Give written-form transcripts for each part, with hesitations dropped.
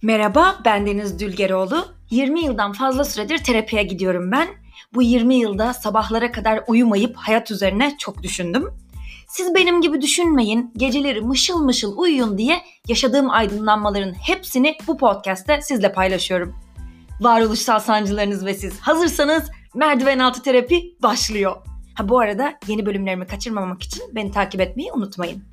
Merhaba, ben Deniz Dülgeroğlu. 20 yıldan fazla süredir terapiye gidiyorum ben. Bu 20 yılda sabahlara kadar uyumayıp hayat üzerine çok düşündüm. Siz benim gibi düşünmeyin, geceleri mışıl mışıl uyuyun diye yaşadığım aydınlanmaların hepsini bu podcast'te sizle paylaşıyorum. Varoluşsal sancılarınız ve siz hazırsanız merdiven altı terapi başlıyor. Bu arada yeni bölümlerimi kaçırmamak için beni takip etmeyi unutmayın.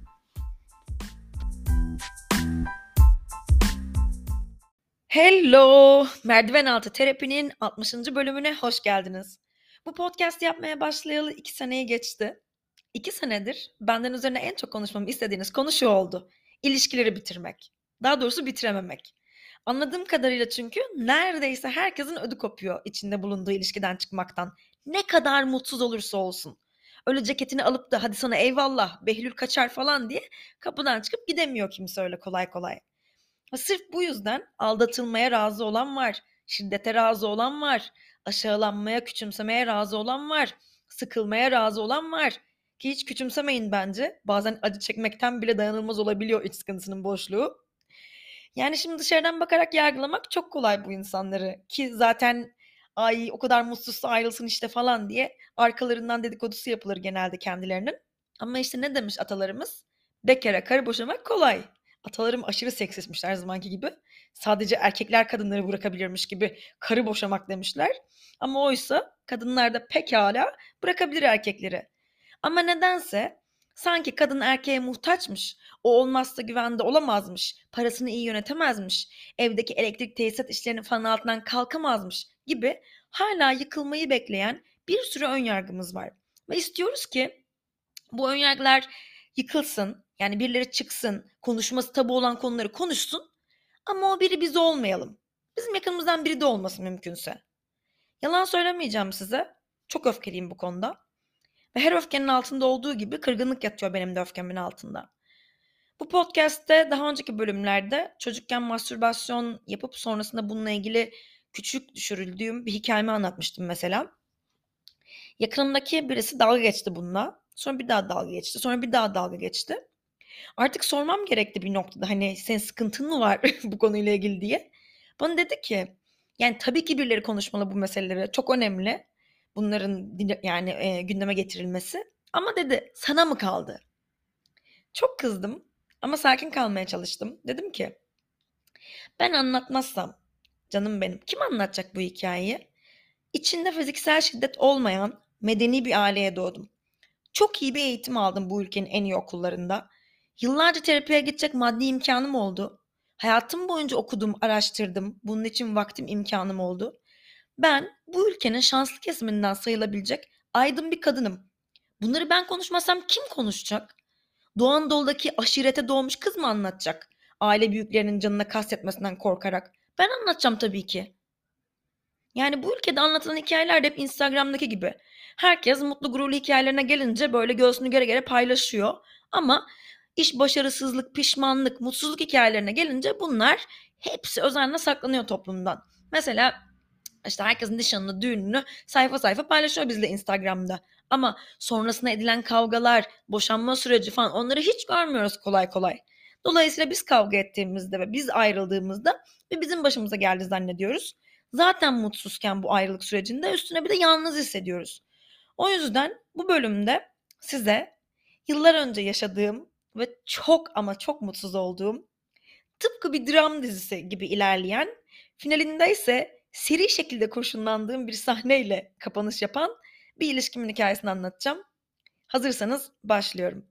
Hello! Merdiven altı terapinin 60. bölümüne hoş geldiniz. Bu podcast yapmaya başlayalı 2 seneyi geçti. 2 senedir benden üzerine en çok konuşmamı istediğiniz konu şu oldu. İlişkileri bitirmek. Daha doğrusu bitirememek. Anladığım kadarıyla çünkü neredeyse herkesin ödü kopuyor içinde bulunduğu ilişkiden çıkmaktan. Ne kadar mutsuz olursa olsun. Öyle ceketini alıp da hadi sana eyvallah Behlül kaçar falan diye kapıdan çıkıp gidemiyor kimse öyle kolay kolay. Sırf bu yüzden aldatılmaya razı olan var, şiddete razı olan var, aşağılanmaya, küçümsemeye razı olan var, sıkılmaya razı olan var. Ki hiç küçümsemeyin bence. Bazen acı çekmekten bile dayanılmaz olabiliyor iç sıkıntısının boşluğu. Yani şimdi dışarıdan bakarak yargılamak çok kolay bu insanları. Ki zaten ay o kadar mutsuzsa ayrılsın işte falan diye arkalarından dedikodusu yapılır genelde kendilerinin. Ama işte ne demiş atalarımız? Bekara karı boşamak kolay. Atalarım aşırı seksistmiş her zamanki gibi. Sadece erkekler kadınları bırakabilirmiş gibi karı boşamak demişler. Ama oysa kadınlar da pekala bırakabilir erkekleri. Ama nedense sanki kadın erkeğe muhtaçmış, o olmazsa güvende olamazmış, parasını iyi yönetemezmiş, evdeki elektrik tesisat işlerinin falan altından kalkamazmış gibi hala yıkılmayı bekleyen bir sürü önyargımız var. Ve istiyoruz ki bu önyargılar yıkılsın, yani birileri çıksın, konuşması tabu olan konuları konuşsun ama o biri biz olmayalım. Bizim yakınımızdan biri de olmasın mümkünse. Yalan söylemeyeceğim size. Çok öfkeliyim bu konuda. Ve her öfkenin altında olduğu gibi kırgınlık yatıyor benim de öfkemin altında. Bu podcast'te daha önceki bölümlerde çocukken mastürbasyon yapıp sonrasında bununla ilgili küçük düşürüldüğüm bir hikayemi anlatmıştım mesela. Yakınımdaki birisi dalga geçti bununla. Sonra bir daha dalga geçti. Sonra bir daha dalga geçti. Artık sormam gerekti bir noktada hani senin sıkıntın mı var bu konuyla ilgili diye. Bana dedi ki yani tabii ki birileri konuşmalı bu meseleleri. Çok önemli bunların yani gündeme getirilmesi. Ama dedi sana mı kaldı? Çok kızdım ama sakin kalmaya çalıştım. Dedim ki ben anlatmazsam canım benim kim anlatacak bu hikayeyi? İçinde fiziksel şiddet olmayan medeni bir aileye doğdum. Çok iyi bir eğitim aldım bu ülkenin en iyi okullarında. Yıllarca terapiye gidecek maddi imkanım oldu. Hayatım boyunca okudum, araştırdım. Bunun için vaktim, imkanım oldu. Ben bu ülkenin şanslı kesiminden sayılabilecek aydın bir kadınım. Bunları ben konuşmasam kim konuşacak? Doğu Anadolu'daki aşirete doğmuş kız mı anlatacak? Aile büyüklerinin canına kastetmesinden korkarak. Ben anlatacağım tabii ki. Yani bu ülkede anlatılan hikayeler de hep Instagram'daki gibi. Herkes mutlu gururlu hikayelerine gelince böyle göğsünü göre göre paylaşıyor. Ama iş başarısızlık, pişmanlık, mutsuzluk hikayelerine gelince bunlar hepsi özenle saklanıyor toplumdan. Mesela işte herkesin nişanını, düğününü sayfa sayfa paylaşıyor bizle Instagram'da. Ama sonrasında edilen kavgalar, boşanma süreci falan onları hiç görmüyoruz kolay kolay. Dolayısıyla biz kavga ettiğimizde ve biz ayrıldığımızda ve bizim başımıza geldi zannediyoruz. Zaten mutsuzken bu ayrılık sürecinde üstüne bir de yalnız hissediyoruz. O yüzden bu bölümde size yıllar önce yaşadığım ve çok ama çok mutsuz olduğum tıpkı bir dram dizisi gibi ilerleyen, finalinde ise seri şekilde kurşunlandığım bir sahneyle kapanış yapan bir ilişkimin hikayesini anlatacağım. Hazırsanız başlıyorum.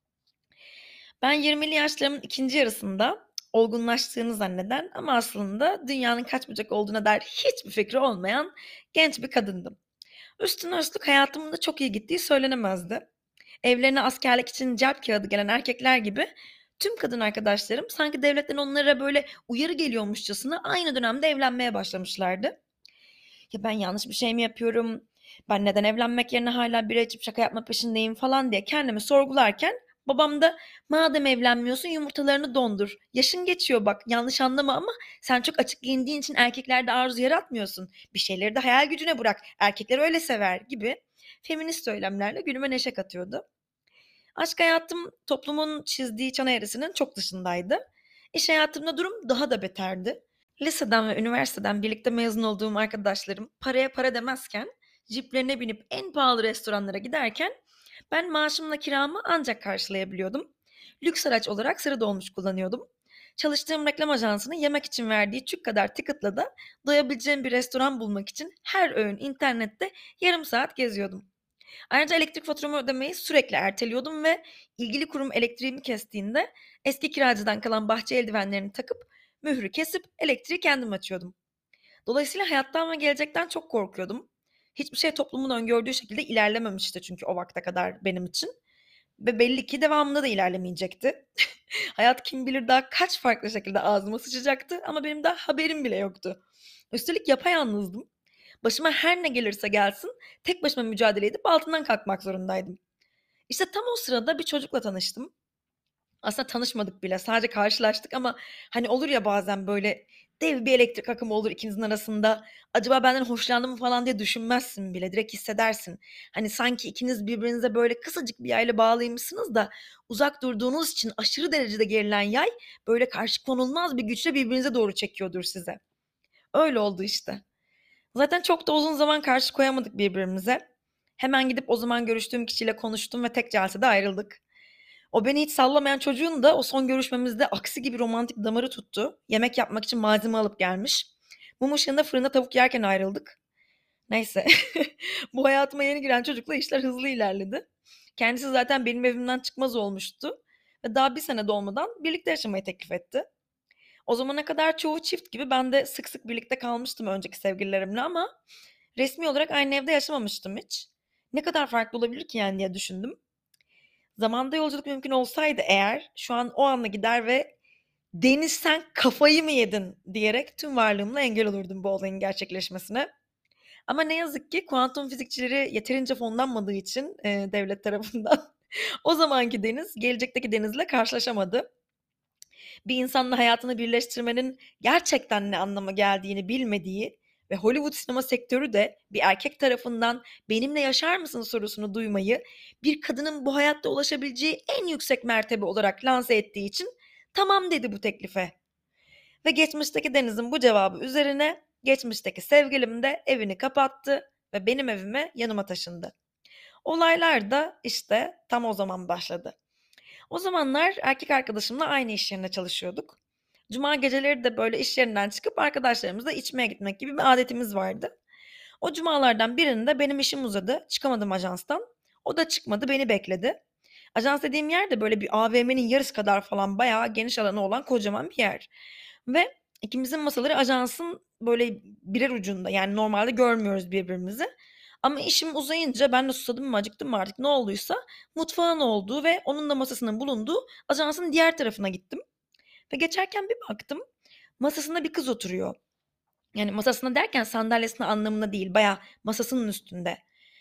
Ben 20'li yaşlarımın ikinci yarısında olgunlaştığını zanneden ama aslında dünyanın kaç bucak olduğuna dair hiçbir fikri olmayan genç bir kadındım. Üstüne üstlük hayatımın da çok iyi gittiği söylenemezdi. Evlerine askerlik için celp kağıdı gelen erkekler gibi tüm kadın arkadaşlarım sanki devletten onlara böyle uyarı geliyormuşçasına aynı dönemde evlenmeye başlamışlardı. Ya ben yanlış bir şey mi yapıyorum? Ben neden evlenmek yerine hala bira içip şaka yapma peşindeyim falan diye kendimi sorgularken babam da madem evlenmiyorsun yumurtalarını dondur. Yaşın geçiyor bak yanlış anlama ama sen çok açık giyindiğin için erkeklerde arzu yaratmıyorsun. Bir şeyleri de hayal gücüne bırak. Erkekler öyle sever gibi feminist söylemlerle günüme neşe katıyordu. Aşk hayatım toplumun çizdiği çan eğrisinin çok dışındaydı. İş hayatımda durum daha da beterdi. Liseden ve üniversiteden birlikte mezun olduğum arkadaşlarım paraya para demezken, jiplerine binip en pahalı restoranlara giderken ben maaşımla kiramı ancak karşılayabiliyordum. Lüks araç olarak sıra dolmuş kullanıyordum. Çalıştığım reklam ajansının yemek için verdiği çük kadar ticket'la da doyabileceğim bir restoran bulmak için her öğün internette yarım saat geziyordum. Ayrıca elektrik faturamı ödemeyi sürekli erteliyordum ve ilgili kurum elektriğimi kestiğinde eski kiracıdan kalan bahçe eldivenlerini takıp mührü kesip elektriği kendim açıyordum. Dolayısıyla hayattan ve gelecekten çok korkuyordum. Hiçbir şey toplumun öngördüğü şekilde ilerlememişti çünkü o vakte kadar benim için. Ve belli ki devamında da ilerlemeyecekti. Hayat kim bilir daha kaç farklı şekilde ağzıma sıçacaktı ama benim daha haberim bile yoktu. Üstelik yapayalnızdım. Başıma her ne gelirse gelsin tek başıma mücadele edip altından kalkmak zorundaydım. İşte tam o sırada bir çocukla tanıştım. Aslında tanışmadık bile. Sadece karşılaştık ama hani olur ya bazen böyle dev bir elektrik akımı olur ikinizin arasında. Acaba benden hoşlandı mı falan diye düşünmezsin bile. Direkt hissedersin. Hani sanki ikiniz birbirinize böyle kısacık bir yayla bağlıymışsınız da uzak durduğunuz için aşırı derecede gerilen yay böyle karşı konulmaz bir güçle birbirinize doğru çekiyordur size. Öyle oldu işte. Zaten çok da uzun zaman karşı koyamadık birbirimize. Hemen gidip o zaman görüştüğüm kişiyle konuştum ve tek celsede ayrıldık. O beni hiç sallamayan çocuğun da o son görüşmemizde aksi gibi romantik damarı tuttu. Yemek yapmak için malzeme alıp gelmiş. Mum ışığında fırında tavuk yerken ayrıldık. Neyse. Bu hayatıma yeni giren çocukla işler hızlı ilerledi. Kendisi zaten benim evimden çıkmaz olmuştu. Ve daha bir sene dolmadan birlikte yaşamayı teklif etti. O zamana kadar çoğu çift gibi ben de sık sık birlikte kalmıştım önceki sevgililerimle ama resmi olarak aynı evde yaşamamıştım hiç. Ne kadar farklı olabilir ki yani diye düşündüm. Zamanda yolculuk mümkün olsaydı eğer şu an o anla gider ve "Deniz sen kafayı mı yedin?" diyerek tüm varlığımla engel olurdum bu olayın gerçekleşmesine. Ama ne yazık ki kuantum fizikçileri yeterince fonlanmadığı için devlet tarafından o zamanki Deniz gelecekteki Deniz'le karşılaşamadı. Bir insanla hayatını birleştirmenin gerçekten ne anlama geldiğini bilmediği ve Hollywood sinema sektörü de bir erkek tarafından "Benimle yaşar mısın?" sorusunu duymayı bir kadının bu hayatta ulaşabileceği en yüksek mertebe olarak lanse ettiği için tamam dedi bu teklife. Ve geçmişteki Deniz'in bu cevabı üzerine geçmişteki sevgilim de evini kapattı ve benim evime yanıma taşındı. Olaylar da işte tam o zaman başladı. O zamanlar erkek arkadaşımla aynı iş yerinde çalışıyorduk. Cuma geceleri de böyle iş yerinden çıkıp arkadaşlarımızla içmeye gitmek gibi bir adetimiz vardı. O cumalardan birinde benim işim uzadı. Çıkamadım ajanstan. O da çıkmadı, beni bekledi. Ajans dediğim yer de böyle bir AVM'nin yarısı kadar falan bayağı geniş alanı olan kocaman bir yer. Ve ikimizin masaları ajansın böyle birer ucunda. Yani normalde görmüyoruz birbirimizi. Ama işim uzayınca ben de susadım mı acıktım mı artık ne olduysa mutfağın olduğu ve onun da masasının bulunduğu ajansın diğer tarafına gittim. Ve geçerken bir baktım masasında bir kız oturuyor. Yani masasında derken sandalyesine anlamında değil bayağı masasının üstünde.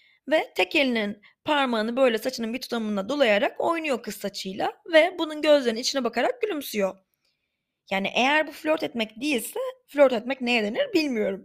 Ve tek elinin parmağını böyle saçının bir tutamına dolayarak oynuyor kız saçıyla ve bunun gözlerinin içine bakarak gülümsüyor. Yani eğer bu flört etmek değilse flört etmek neye denir bilmiyorum.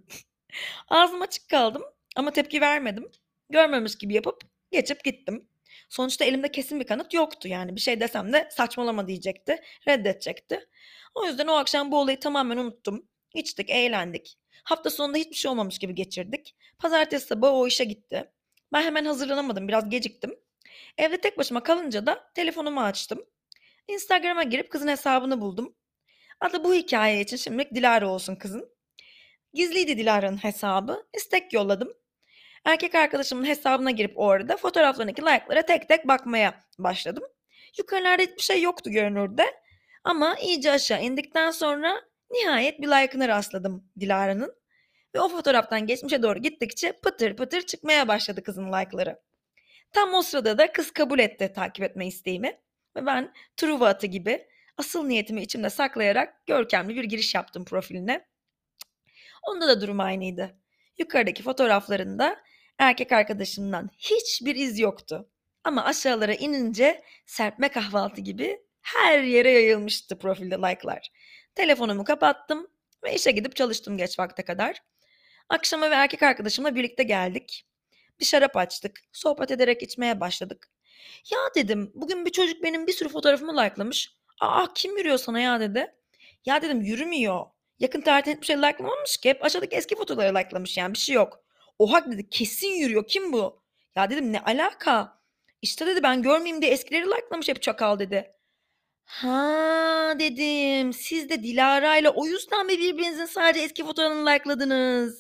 Ağzım açık kaldım ama tepki vermedim. Görmemiş gibi yapıp geçip gittim. Sonuçta elimde kesin bir kanıt yoktu yani. Bir şey desem de saçmalama diyecekti, reddedecekti. O yüzden o akşam bu olayı tamamen unuttum. İçtik, eğlendik. Hafta sonunda hiçbir şey olmamış gibi geçirdik. Pazartesi sabahı o işe gitti. Ben hemen hazırlanamadım, biraz geciktim. Evde tek başıma kalınca da telefonumu açtım. Instagram'a girip kızın hesabını buldum. Adı bu hikaye için şimdilik Dilara olsun kızın. Gizliydi Dilara'nın hesabı. İstek yolladım. Erkek arkadaşımın hesabına girip orada fotoğraflarındaki like'lara tek tek bakmaya başladım. Yukarılarda hiçbir şey yoktu görünürde. Ama iyice aşağı indikten sonra nihayet bir like'ına rastladım Dilara'nın. Ve o fotoğraftan geçmişe doğru gittikçe pıtır pıtır çıkmaya başladı kızın like'ları. Tam o sırada da kız kabul etti takip etme isteğimi. Ve ben Truva atı gibi asıl niyetimi içimde saklayarak görkemli bir giriş yaptım profiline. Onda da durum aynıydı. Yukarıdaki fotoğraflarında erkek arkadaşımdan hiçbir iz yoktu. Ama aşağılara inince serpme kahvaltı gibi her yere yayılmıştı profilde like'lar. Telefonumu kapattım ve işe gidip çalıştım geç vakte kadar. Akşama ve erkek arkadaşımla birlikte geldik. Bir şarap açtık. Sohbet ederek içmeye başladık. Ya dedim, bugün bir çocuk benim bir sürü fotoğrafımı likelamış. Aa kim yürüyor sana ya dedi. Ya dedim yürümüyor. Yakın tarihte hiçbir şey like'lamamış ki. Hep aşağıdaki eski fotoğrafları like'lamış yani bir şey yok. Oha dedi kesin yürüyor. Kim bu? Ya dedim ne alaka? İşte dedi ben görmeyeyim diye eskileri like'lamış hep çakal dedi. Ha dedim. Siz de Dilara ile o yüzden mi birbirinizin sadece eski fotoğrafını like'ladınız?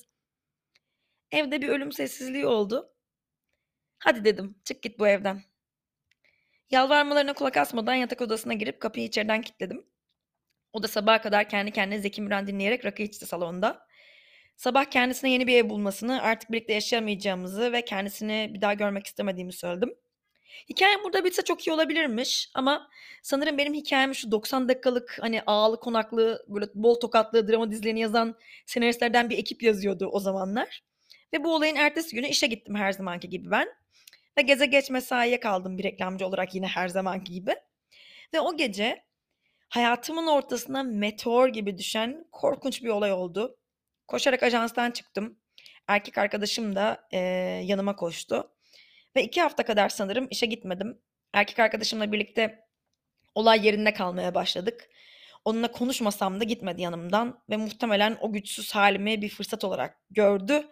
Evde bir ölüm sessizliği oldu. Hadi dedim çık git bu evden. Yalvarmalarına kulak asmadan yatak odasına girip kapıyı içeriden kilitledim. O da sabaha kadar kendi kendine Zeki Müren dinleyerek rakı içti salonda. Sabah kendisine yeni bir ev bulmasını, artık birlikte yaşayamayacağımızı ve kendisini bir daha görmek istemediğimi söyledim. Hikâyem burada bitse çok iyi olabilirmiş ama sanırım benim hikâyemi şu 90 dakikalık, hani, ağlı konaklı, böyle bol tokatlı drama dizilerini yazan senaristlerden bir ekip yazıyordu o zamanlar ve bu olayın ertesi günü işe gittim her zamanki gibi ben ve gece geç mesaiye kaldım bir reklamcı olarak yine her zamanki gibi ve o gece hayatımın ortasına meteor gibi düşen korkunç bir olay oldu. Koşarak ajanstan çıktım. Erkek arkadaşım da, yanıma koştu ve 2 hafta kadar sanırım işe gitmedim. Erkek arkadaşımla birlikte olay yerinde kalmaya başladık. Onunla konuşmasam da gitmedi yanımdan ve muhtemelen o güçsüz hâlimi bir fırsat olarak gördü.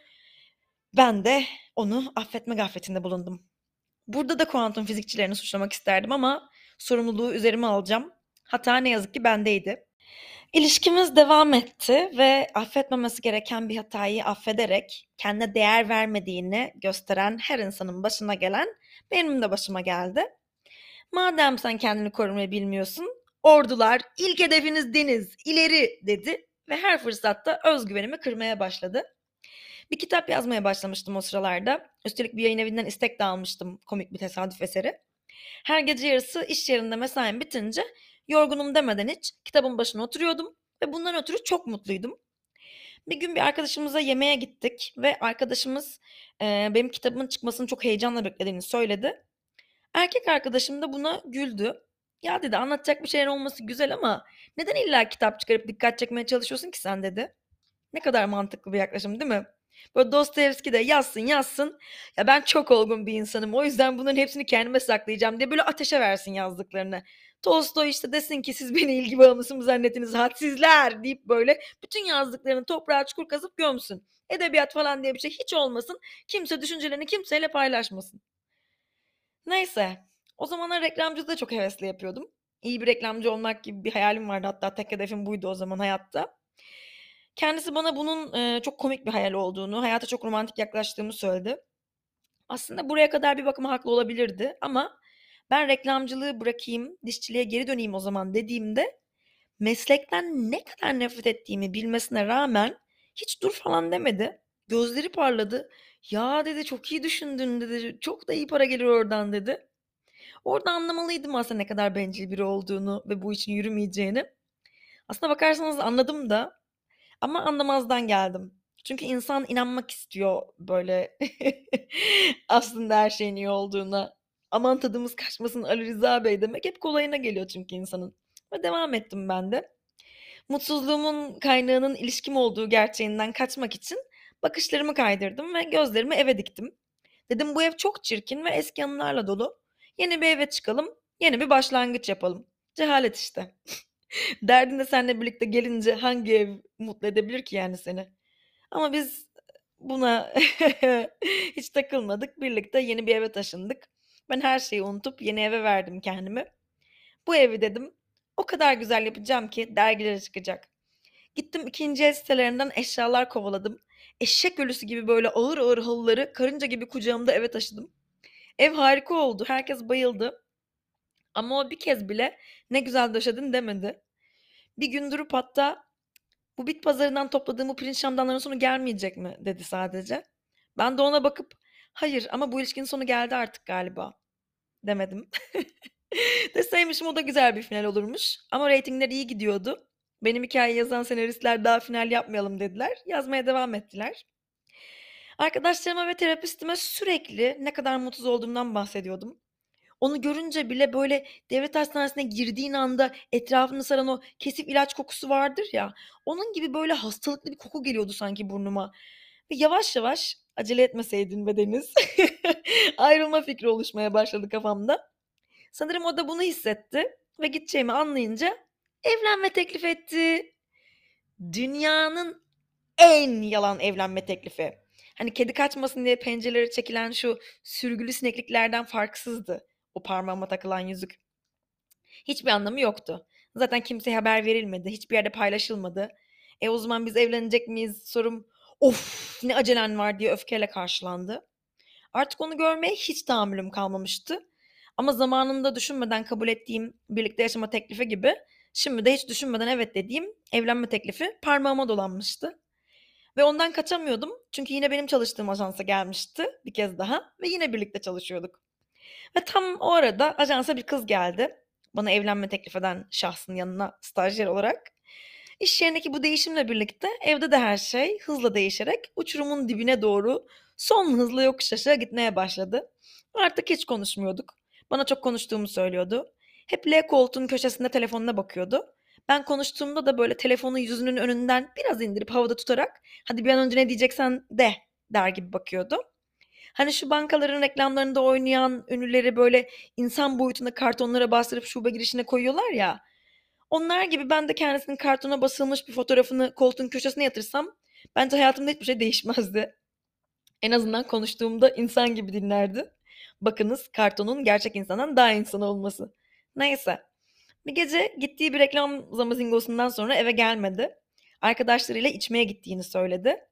Ben de onu affetme gafletinde bulundum. Burada da kuantum fizikçilerini suçlamak isterdim ama sorumluluğu üzerime alacağım. Hata ne yazık ki bendeydi. İlişkimiz devam etti ve affetmemesi gereken bir hatayı affederek kendine değer vermediğini gösteren her insanın başına gelen benim de başıma geldi. Madem sen kendini korumayı bilmiyorsun, ordular ilk hedefiniz deniz, ileri dedi ve her fırsatta özgüvenimi kırmaya başladı. Bir kitap yazmaya başlamıştım o sıralarda. Üstelik bir yayın evinden istek de almıştım komik bir tesadüf eseri. Her gece yarısı iş yerinde mesaim bitince yorgunum demeden hiç kitabın başına oturuyordum ve bundan ötürü çok mutluydum. Bir gün bir arkadaşımıza yemeğe gittik ve arkadaşımız benim kitabımın çıkmasını çok heyecanla beklediğini söyledi. Erkek arkadaşım da buna güldü. Ya dedi anlatacak bir şeyler olması güzel ama neden illa kitap çıkarıp dikkat çekmeye çalışıyorsun ki sen dedi. Ne kadar mantıklı bir yaklaşım değil mi? Böyle Dostoyevski de yazsın yazsın. Ya ben çok olgun bir insanım. O yüzden bunların hepsini kendime saklayacağım diye böyle ateşe versin yazdıklarını. Tolstoy işte desin ki siz beni ilgi bağımlısı mı zannettiniz hadsizler deyip böyle bütün yazdıklarını toprağa çukur kazıp gömsün. Edebiyat falan diye bir şey hiç olmasın. Kimse düşüncelerini kimseyle paylaşmasın. Neyse. O zamanlar reklamcılığı çok hevesli yapıyordum. İyi bir reklamcı olmak gibi bir hayalim vardı. Hatta tek hedefim buydu o zaman hayatta. Kendisi bana bunun, çok komik bir hayal olduğunu, hayata çok romantik yaklaştığımı söyledi. Aslında buraya kadar bir bakıma haklı olabilirdi ama ben reklamcılığı bırakayım, dişçiliğe geri döneyim o zaman dediğimde meslekten ne kadar nefret ettiğimi bilmesine rağmen hiç dur falan demedi. Gözleri parladı. "Ya" dedi, "çok iyi düşündün." dedi. "Çok da iyi para gelir oradan." dedi. Orada anlamalıydım aslında ne kadar bencil biri olduğunu ve bu işin yürümeyeceğini. Aslına bakarsanız anladım da ama anlamazdan geldim. Çünkü insan inanmak istiyor böyle aslında her şeyin iyi olduğuna. "Aman tadımız kaçmasın Ali Rıza Bey." demek hep kolayına geliyor çünkü insanın. Ve devam ettim ben de. Mutsuzluğumun kaynağının ilişkim olduğu gerçeğinden kaçmak için bakışlarımı kaydırdım ve gözlerimi eve diktim. Dedim bu ev çok çirkin ve eski anılarla dolu. Yeni bir eve çıkalım, yeni bir başlangıç yapalım. Cehalet işte. Derdin de seninle birlikte gelince hangi ev mutlu edebilir ki yani seni? Ama biz buna hiç takılmadık. Birlikte yeni bir eve taşındık. Ben her şeyi unutup yeni eve verdim kendimi. Bu evi dedim o kadar güzel yapacağım ki dergilere çıkacak. Gittim ikinci el sitelerinden eşyalar kovaladım. Eşek ölüsü gibi böyle ağır ağır halıları karınca gibi kucağımda eve taşıdım. Ev harika oldu. Herkes bayıldı. Ama o bir kez bile ne güzel döşedin demedi. Bir gün durup hatta bu bit pazarından topladığım bu pirinç şamdanların sonu gelmeyecek mi dedi sadece. Ben de ona bakıp hayır ama bu ilişkinin sonu geldi artık galiba demedim. Deseymişim o da güzel bir final olurmuş. Ama reytingler iyi gidiyordu. Benim hikayeyi yazan senaristler daha final yapmayalım dediler. Yazmaya devam ettiler. Arkadaşlarıma ve terapistime sürekli ne kadar mutsuz olduğumdan bahsediyordum. Onu görünce bile böyle devlet hastanesine girdiğin anda etrafını saran o kesik ilaç kokusu vardır ya, onun gibi böyle hastalıklı bir koku geliyordu sanki burnuma ve yavaş yavaş acele etmeseydin be Deniz, ayrılma fikri oluşmaya başladı kafamda. Sanırım o da bunu hissetti ve gideceğimi anlayınca evlenme teklif etti. Dünyanın en yalan evlenme teklifi. Hani kedi kaçmasın diye pencerelere çekilen şu sürgülü sinekliklerden farksızdı o parmağıma takılan yüzük. Hiçbir anlamı yoktu. Zaten kimseye haber verilmedi, hiçbir yerde paylaşılmadı. O zaman biz evlenecek miyiz sorum, of ne acelen var diye öfkeyle karşılandı. Artık onu görmeye hiç tahammülüm kalmamıştı. Ama zamanında düşünmeden kabul ettiğim birlikte yaşama teklifi gibi şimdi de hiç düşünmeden evet dediğim evlenme teklifi parmağıma dolanmıştı. Ve ondan kaçamıyordum çünkü yine benim çalıştığım ajansa gelmişti bir kez daha ve yine birlikte çalışıyorduk. Ve tam o arada ajansa bir kız geldi. Bana evlenme teklif eden şahsın yanına stajyer olarak. İş yerindeki bu değişimle birlikte evde de her şey hızla değişerek uçurumun dibine doğru son hızla yokuş aşağı gitmeye başladı. Artık hiç konuşmuyorduk. Bana çok konuştuğumu söylüyordu. Hep L koltuğun köşesinde telefonuna bakıyordu. Ben konuştuğumda da böyle telefonu yüzünün önünden biraz indirip havada tutarak hadi bir an önce ne diyeceksen de der gibi bakıyordu. Hani şu bankaların reklamlarında oynayan ünlüleri böyle insan boyutunda kartonlara bastırıp şube girişine koyuyorlar ya. Onlar gibi ben de kendisinin kartona basılmış bir fotoğrafını koltuğun köşesine yatırsam bence hayatımda hiçbir şey değişmezdi. En azından konuştuğumda insan gibi dinlerdi. Bakınız kartonun gerçek insandan daha insan olması. Neyse. Bir gece gittiği bir reklam zamazingosundan sonra eve gelmedi. Arkadaşlarıyla içmeye gittiğini söyledi.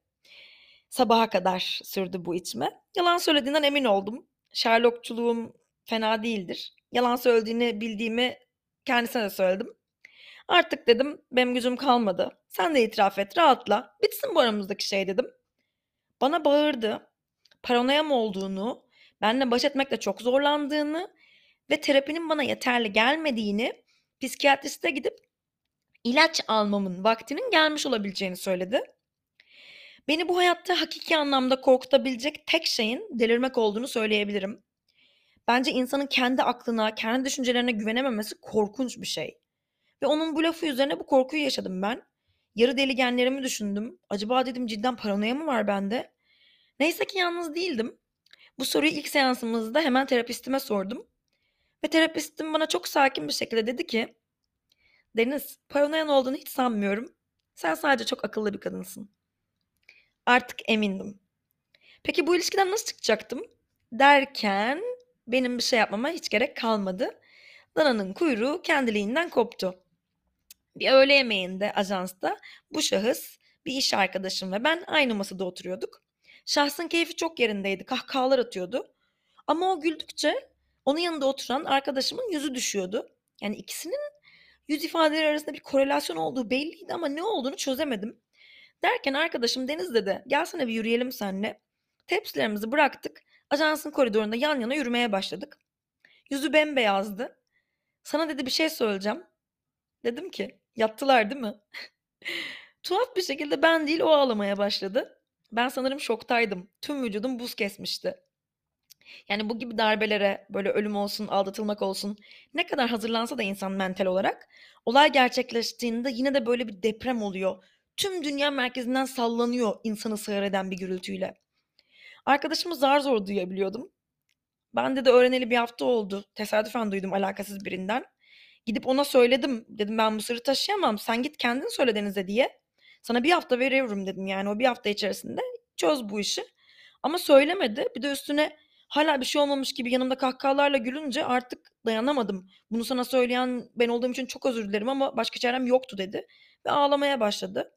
Sabaha kadar sürdü bu içme. Yalan söylediğinden emin oldum. Sherlockçuluğum fena değildir. Yalan söylediğini bildiğimi kendisine de söyledim. Artık dedim benim gücüm kalmadı. Sen de itiraf et, rahatla. Bitsin bu aramızdaki şey dedim. Bana bağırdı. Paranoyam olduğunu, benimle baş etmekte çok zorlandığını ve terapinin bana yeterli gelmediğini, psikiyatriste gidip ilaç almamın vaktinin gelmiş olabileceğini söyledi. Beni bu hayatta hakiki anlamda korkutabilecek tek şeyin delirmek olduğunu söyleyebilirim. Bence insanın kendi aklına, kendi düşüncelerine güvenememesi korkunç bir şey. Ve onun bu lafı üzerine bu korkuyu yaşadım ben. Yarı deli genlerimi düşündüm. Acaba dedim cidden paranoya mı var bende? Neyse ki yalnız değildim. Bu soruyu ilk seansımızda hemen terapistime sordum. Ve terapistim bana çok sakin bir şekilde dedi ki Deniz, paranoyan olduğunu hiç sanmıyorum. Sen sadece çok akıllı bir kadınsın. Artık emindim. Peki bu ilişkiden nasıl çıkacaktım? Derken benim bir şey yapmama hiç gerek kalmadı. Dananın kuyruğu kendiliğinden koptu. Bir öğle yemeğinde ajansta bu şahıs, bir iş arkadaşım ve ben aynı masada oturuyorduk. Şahsın keyfi çok yerindeydi, kahkahalar atıyordu. Ama o güldükçe onun yanında oturan arkadaşımın yüzü düşüyordu. Yani ikisinin yüz ifadeleri arasında bir korelasyon olduğu belliydi ama ne olduğunu çözemedim. Derken arkadaşım Deniz dedi, gelsene bir yürüyelim seninle. Tepsilerimizi bıraktık, ajansın koridorunda yan yana yürümeye başladık. Yüzü bembeyazdı. Sana dedi bir şey söyleyeceğim. Dedim ki, yattılar değil mi? Tuhaf bir şekilde ben değil o ağlamaya başladı. Ben sanırım şoktaydım. Tüm vücudum buz kesmişti. Yani bu gibi darbelere, böyle ölüm olsun, aldatılmak olsun, ne kadar hazırlansa da insan mental olarak, olay gerçekleştiğinde yine de böyle bir deprem oluyor. Tüm dünya merkezinden sallanıyor insanı sığır eden bir gürültüyle. Arkadaşımı zar zor duyabiliyordum. Ben de öğreneli bir hafta oldu. Tesadüfen duydum alakasız birinden. Gidip ona söyledim. Dedim ben bu sırrı taşıyamam. Sen git kendin söyle Deniz'e diye. Sana bir hafta veriyorum dedim yani o bir hafta içerisinde çöz bu işi. Ama söylemedi. Bir de üstüne hala bir şey olmamış gibi yanımda kahkahalarla gülünce artık dayanamadım. Bunu sana söyleyen ben olduğum için çok özür dilerim ama başka çarem yoktu dedi. Ve ağlamaya başladı.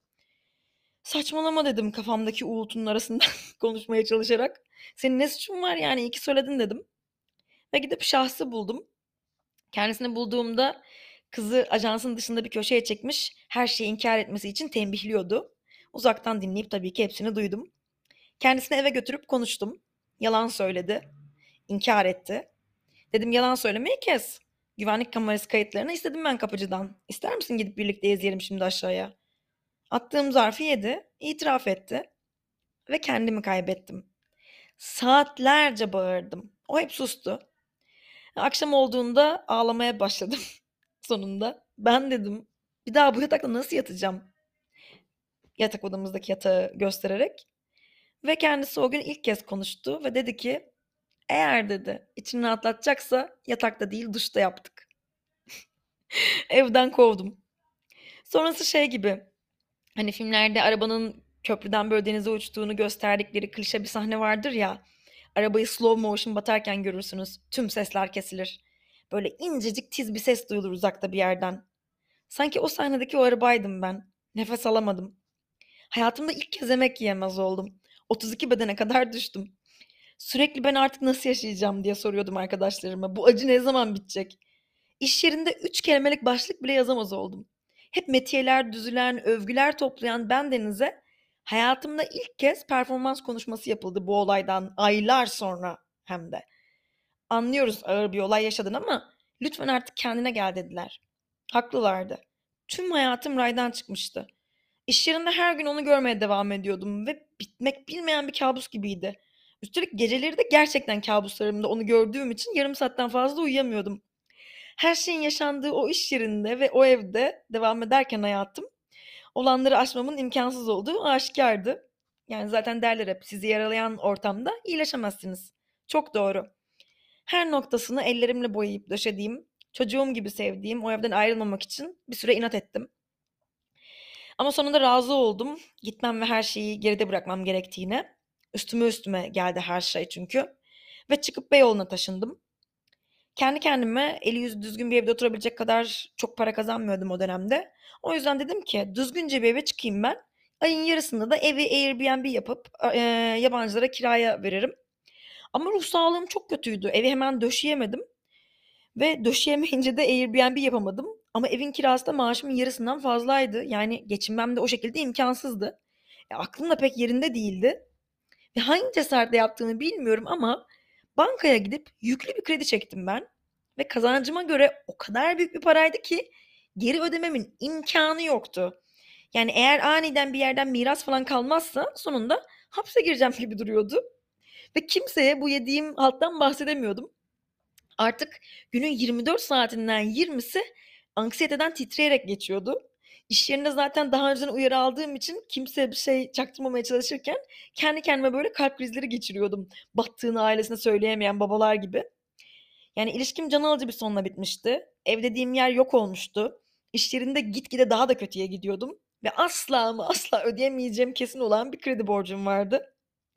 Saçmalama dedim kafamdaki uğultunun arasından konuşmaya çalışarak. Senin ne suçun var yani iyi ki söyledin dedim. Ve gidip şahsı buldum. Kendisini bulduğumda kızı ajansın dışında bir köşeye çekmiş, her şeyi inkar etmesi için tembihliyordu. Uzaktan dinleyip tabii ki hepsini duydum. Kendisini eve götürüp konuştum. Yalan söyledi, inkar etti. Dedim yalan söylemeyi kes. Güvenlik kamerası kayıtlarını istedim ben kapıcıdan. İster misin gidip birlikte izleyelim şimdi aşağıya? Attığım zarfı yedi, itiraf etti ve kendimi kaybettim. Saatlerce bağırdım. O hep sustu. Akşam olduğunda ağlamaya başladım sonunda. Ben dedim bir daha bu yatakta nasıl yatacağım? Yatak odamızdaki yatağı göstererek. Ve kendisi o gün ilk kez konuştu ve dedi ki eğer dedi içini rahatlatacaksa yatakta değil duşta yaptık. Evden kovdum. Sonrası şey gibi Hani filmlerde arabanın köprüden böyle denize uçtuğunu gösterdikleri klişe bir sahne vardır ya. Arabayı slow motion batarken görürsünüz. Tüm sesler kesilir. Böyle incecik tiz bir ses duyulur uzakta bir yerden. Sanki o sahnedeki o arabaydım ben. Nefes alamadım. Hayatımda ilk kez yemek yiyemez oldum. 32 bedene kadar düştüm. Sürekli ben artık nasıl yaşayacağım diye soruyordum arkadaşlarıma. Bu acı ne zaman bitecek? İş yerinde 3 kelimelik başlık bile yazamaz oldum. Hep metiyeler düzülen, övgüler toplayan bendenize hayatımda ilk kez performans konuşması yapıldı bu olaydan aylar sonra hem de. Anlıyoruz ağır bir olay yaşadın ama lütfen artık kendine gel dediler. Haklılardı. Tüm hayatım raydan çıkmıştı. İş yerinde her gün onu görmeye devam ediyordum ve bitmek bilmeyen bir kabus gibiydi. Üstelik geceleri de gerçekten kabuslarımda onu gördüğüm için yarım saatten fazla uyuyamıyordum. Her şeyin yaşandığı o iş yerinde ve o evde devam ederken hayatım, olanları aşmamın imkansız olduğu aşikardı. Yani zaten derler hep sizi yaralayan ortamda iyileşemezsiniz. Çok doğru. Her noktasını ellerimle boyayıp döşediğim, çocuğum gibi sevdiğim o evden ayrılmamak için bir süre inat ettim. Ama sonunda razı oldum. Gitmem ve her şeyi geride bırakmam gerektiğine. Üstüme üstüme geldi her şey çünkü. Ve çıkıp Beyoğlu'na taşındım. Kendi kendime eli yüzü düzgün bir evde oturabilecek kadar çok para kazanmıyordum o dönemde. O yüzden dedim ki düzgünce bir eve çıkayım ben. Ayın yarısında da evi Airbnb yapıp yabancılara kiraya veririm. Ama ruh sağlığım çok kötüydü. Evi hemen döşeyemedim. Ve döşeyemeyince de Airbnb yapamadım. Ama evin kirası da maaşımın yarısından fazlaydı. Yani geçinmem de o şekilde imkansızdı. Aklım da pek yerinde değildi. Ve hangi cesaretle yaptığımı bilmiyorum ama bankaya gidip yüklü bir kredi çektim ben. Ve kazancıma göre o kadar büyük bir paraydı ki geri ödememin imkanı yoktu. Yani eğer aniden bir yerden miras falan kalmazsa sonunda hapse gireceğim gibi duruyordu. Ve kimseye bu yediğim halttan bahsedemiyordum. Artık günün 24 saatinden 20'si anksiyeteden titreyerek geçiyordu. İş yerinde zaten daha önceden uyarı aldığım için kimseye bir şey çaktırmamaya çalışırken kendi kendime böyle kalp krizleri geçiriyordum. Battığını ailesine söyleyemeyen babalar gibi. Yani ilişkim can alıcı bir sonla bitmişti. Ev dediğim yer yok olmuştu. İş yerinde gitgide daha da kötüye gidiyordum. Ve asla ama asla ödeyemeyeceğim kesin olan bir kredi borcum vardı.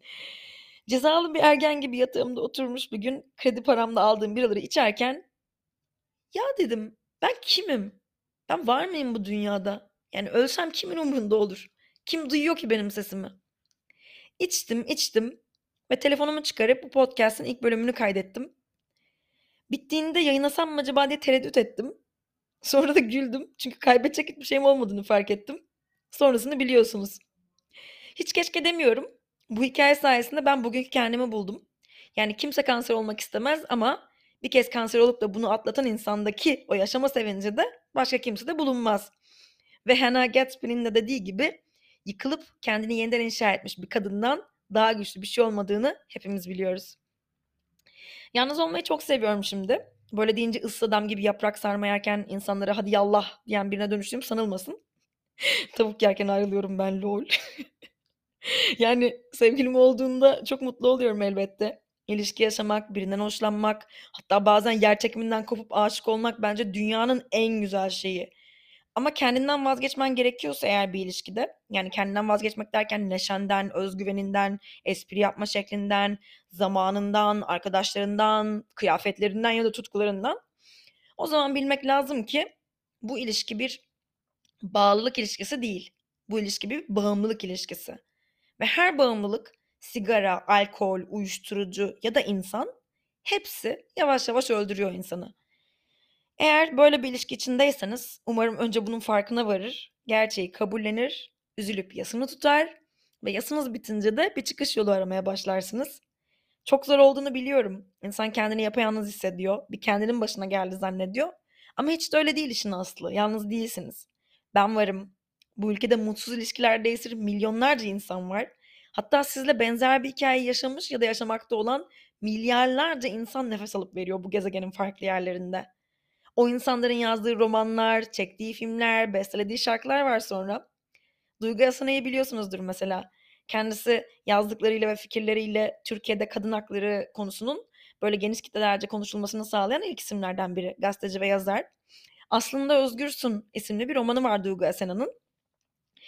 Cezalı bir ergen gibi yatağımda oturmuş bir gün kredi paramla aldığım biraları içerken ya dedim ben kimim? Ben var mıyım bu dünyada? Yani ölsem kimin umrunda olur? Kim duyuyor ki benim sesimi? İçtim, içtim ve telefonumu çıkarıp bu podcast'in ilk bölümünü kaydettim. Bittiğinde yayınlasam mı acaba diye tereddüt ettim. Sonra da güldüm çünkü kaybedecek hiçbir şeyim olmadığını fark ettim. Sonrasını biliyorsunuz. Hiç keşke demiyorum. Bu hikaye sayesinde ben bugünkü kendimi buldum. Yani kimse kanser olmak istemez ama bir kez kanser olup da bunu atlatan insandaki o yaşama sevinci de başka kimsede bulunmaz. Ve Hannah Gatsby'nin de dediği gibi yıkılıp kendini yeniden inşa etmiş bir kadından daha güçlü bir şey olmadığını hepimiz biliyoruz. Yalnız olmayı çok seviyorum şimdi. Böyle deyince ıssız adam gibi yaprak sarma yerken insanlara hadi yallah diyen birine dönüştüğüm sanılmasın. Tavuk yerken ayrılıyorum ben lol. Yani sevgilim olduğunda çok mutlu oluyorum elbette. İlişki yaşamak, birinden hoşlanmak, hatta bazen yerçekiminden kopup aşık olmak bence dünyanın en güzel şeyi. Ama kendinden vazgeçmen gerekiyorsa eğer bir ilişkide, yani kendinden vazgeçmek derken neşenden, özgüveninden, espri yapma şeklinden, zamanından, arkadaşlarından, kıyafetlerinden ya da tutkularından, o zaman bilmek lazım ki bu ilişki bir bağlılık ilişkisi değil. Bu ilişki bir bağımlılık ilişkisi. Ve her bağımlılık, sigara, alkol, uyuşturucu ya da insan hepsi yavaş yavaş öldürüyor insanı. Eğer böyle bir ilişki içindeyseniz umarım önce bunun farkına varır, gerçeği kabullenir, üzülüp yasını tutar ve yasınız bitince de bir çıkış yolu aramaya başlarsınız. Çok zor olduğunu biliyorum. İnsan kendini yapayalnız hissediyor. Bir kendinin başına geldi zannediyor. Ama hiç de öyle değil işin aslı. Yalnız değilsiniz. Ben varım. Bu ülkede mutsuz ilişkilerde esir milyonlarca insan var. Hatta sizle benzer bir hikaye yaşamış ya da yaşamakta olan milyarlarca insan nefes alıp veriyor bu gezegenin farklı yerlerinde. O insanların yazdığı romanlar, çektiği filmler, bestelediği şarkılar var sonra. Duygu Asana'yı biliyorsunuzdur mesela. Kendisi yazdıklarıyla ve fikirleriyle Türkiye'de kadın hakları konusunun böyle geniş kitlelerce konuşulmasını sağlayan ilk isimlerden biri. Gazeteci ve yazar. Aslında Özgürsün isimli bir romanı var Duygu Asena'nın.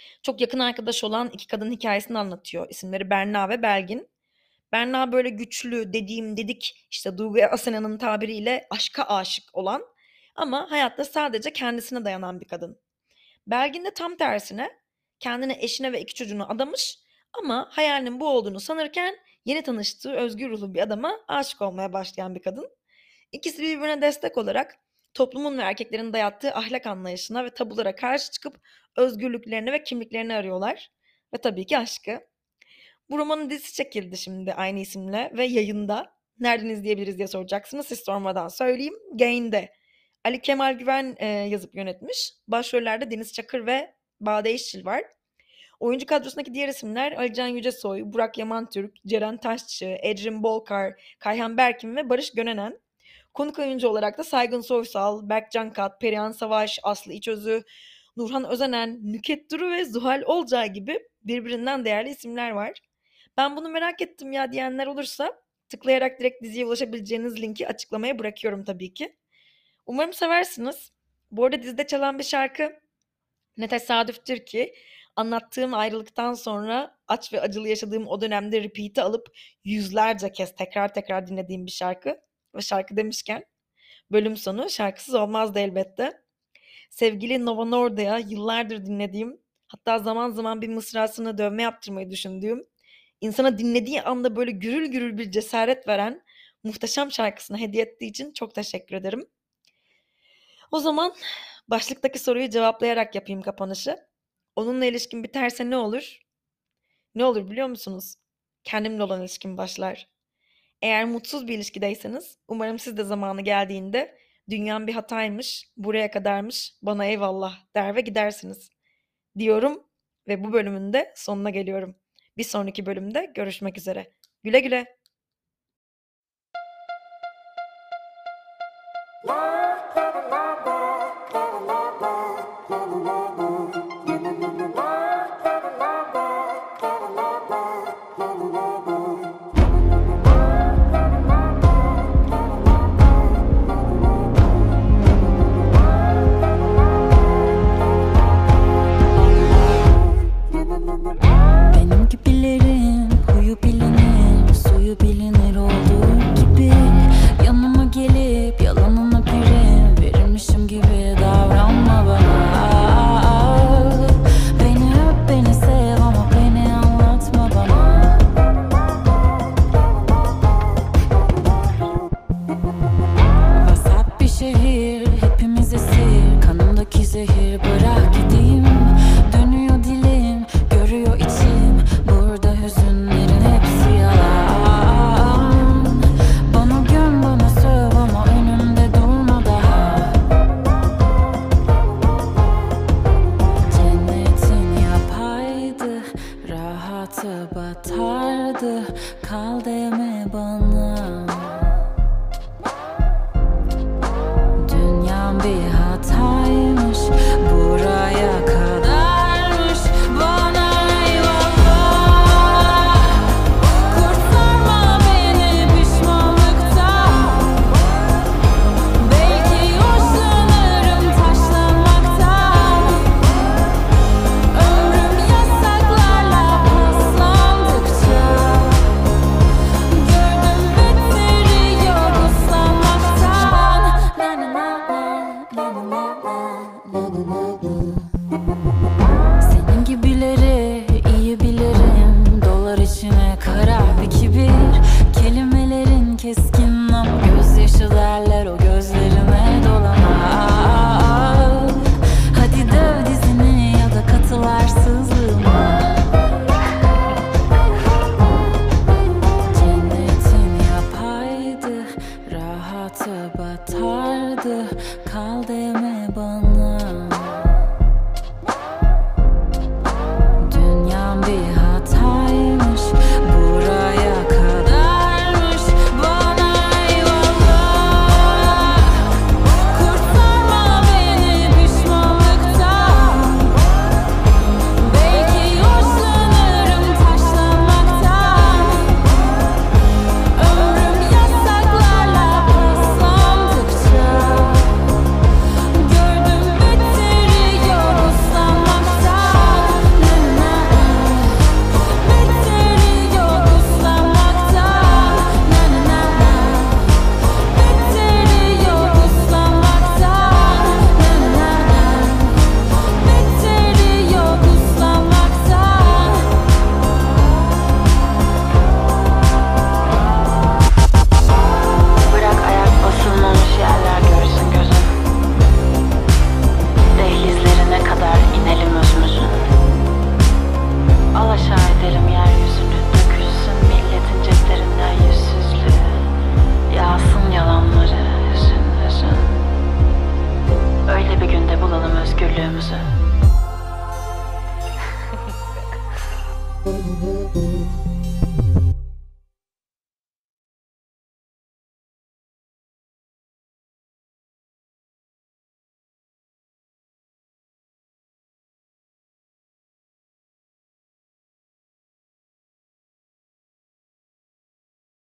Çok yakın arkadaş olan iki kadın hikayesini anlatıyor. İsimleri Berna ve Belgin. Berna böyle güçlü, dedik işte Duygu Asena'nın tabiriyle aşka aşık olan ama hayatta sadece kendisine dayanan bir kadın. Belgin de tam tersine kendini eşine ve iki çocuğuna adamış ama hayalinin bu olduğunu sanırken yeni tanıştığı özgür ruhlu bir adama aşık olmaya başlayan bir kadın. İkisi birbirine destek olarak toplumun ve erkeklerin dayattığı ahlak anlayışına ve tabulara karşı çıkıp özgürlüklerini ve kimliklerini arıyorlar. Ve tabii ki aşkı. Bu romanın dizisi çekildi şimdi aynı isimle ve yayında. Nereden izleyebiliriz diye soracaksınız. Siz sormadan söyleyeyim. Gain'de. Ali Kemal Güven yazıp yönetmiş. Başrollerde Deniz Çakır ve Bade İşçil var. Oyuncu kadrosundaki diğer isimler Alican Yücesoy, Burak Yamantürk, Ceren Taşçı, Ecrin Bolkar, Kayhan Berkin ve Barış Gönenen. Konuk oyuncu olarak da Saygın Soysal, Berk Cankat, Perihan Savaş, Aslı İçözü, Nurhan Özenen, Nüket Duru ve Zuhal Olcay gibi birbirinden değerli isimler var. Ben bunu merak ettim ya diyenler olursa tıklayarak direkt diziye ulaşabileceğiniz linki açıklamaya bırakıyorum tabii ki. Umarım seversiniz. Bu arada dizide çalan bir şarkı ne tesadüftür ki anlattığım ayrılıktan sonra aç ve acılı yaşadığım o dönemde repeat'i alıp yüzlerce kez tekrar dinlediğim bir şarkı. Ve şarkı demişken bölüm sonu şarkısız olmazdı elbette. Sevgili Nova Norda'ya yıllardır dinlediğim, hatta zaman zaman bir mısrasını dövme yaptırmayı düşündüğüm, insana dinlediği anda böyle gürül gürül bir cesaret veren muhteşem şarkısını hediye ettiği için çok teşekkür ederim. O zaman başlıktaki soruyu cevaplayarak yapayım kapanışı. Onunla ilişkin biterse ne olur? Ne olur biliyor musunuz? Kendimle olan ilişkim başlar. Eğer mutsuz bir ilişkideyseniz umarım siz de zamanı geldiğinde dünyam bir hataymış, buraya kadarmış, bana eyvallah der ve gidersiniz diyorum ve bu bölümün de sonuna geliyorum. Bir sonraki bölümde görüşmek üzere. Güle güle. Benim gibilerin huyu bilinir, suyu bilinir olduğu gibi yanıma gelip yalanına prim verilmişim gibi davranma bana. Beni öp, beni sev ama beni anlatma bana. Vasat bir şehir, hepimiz esir, kanımdaki zehir bırak gideyim. Dönüyor dilim, görüyor içim, burada hüzünlerin hepsi yalan. Bana göm, bana söv ama önümde durma daha. Cennetin yapaydı, rahata batardı, kal deme bana. Dünyam bir hataymış, buraya kadarmış, bana eyvallah. Kurtarma beni pişmanlıktan, belki hoşlanırım taşlanmaktan. Ömrüm yasaklarla paslandıkça gördüm bitiriyor uslanmaktan. La la la la la la la la la. Senin gibileri iyi bilirim, dolar içine kara bir kibir. Kelimelerin keskin ama gözyaşı derler o gözlerine dolana. Hadi döv dizini ya da katıl arsızlığıma. Cennetin yapaydı, rahata batardı, kal deme bana.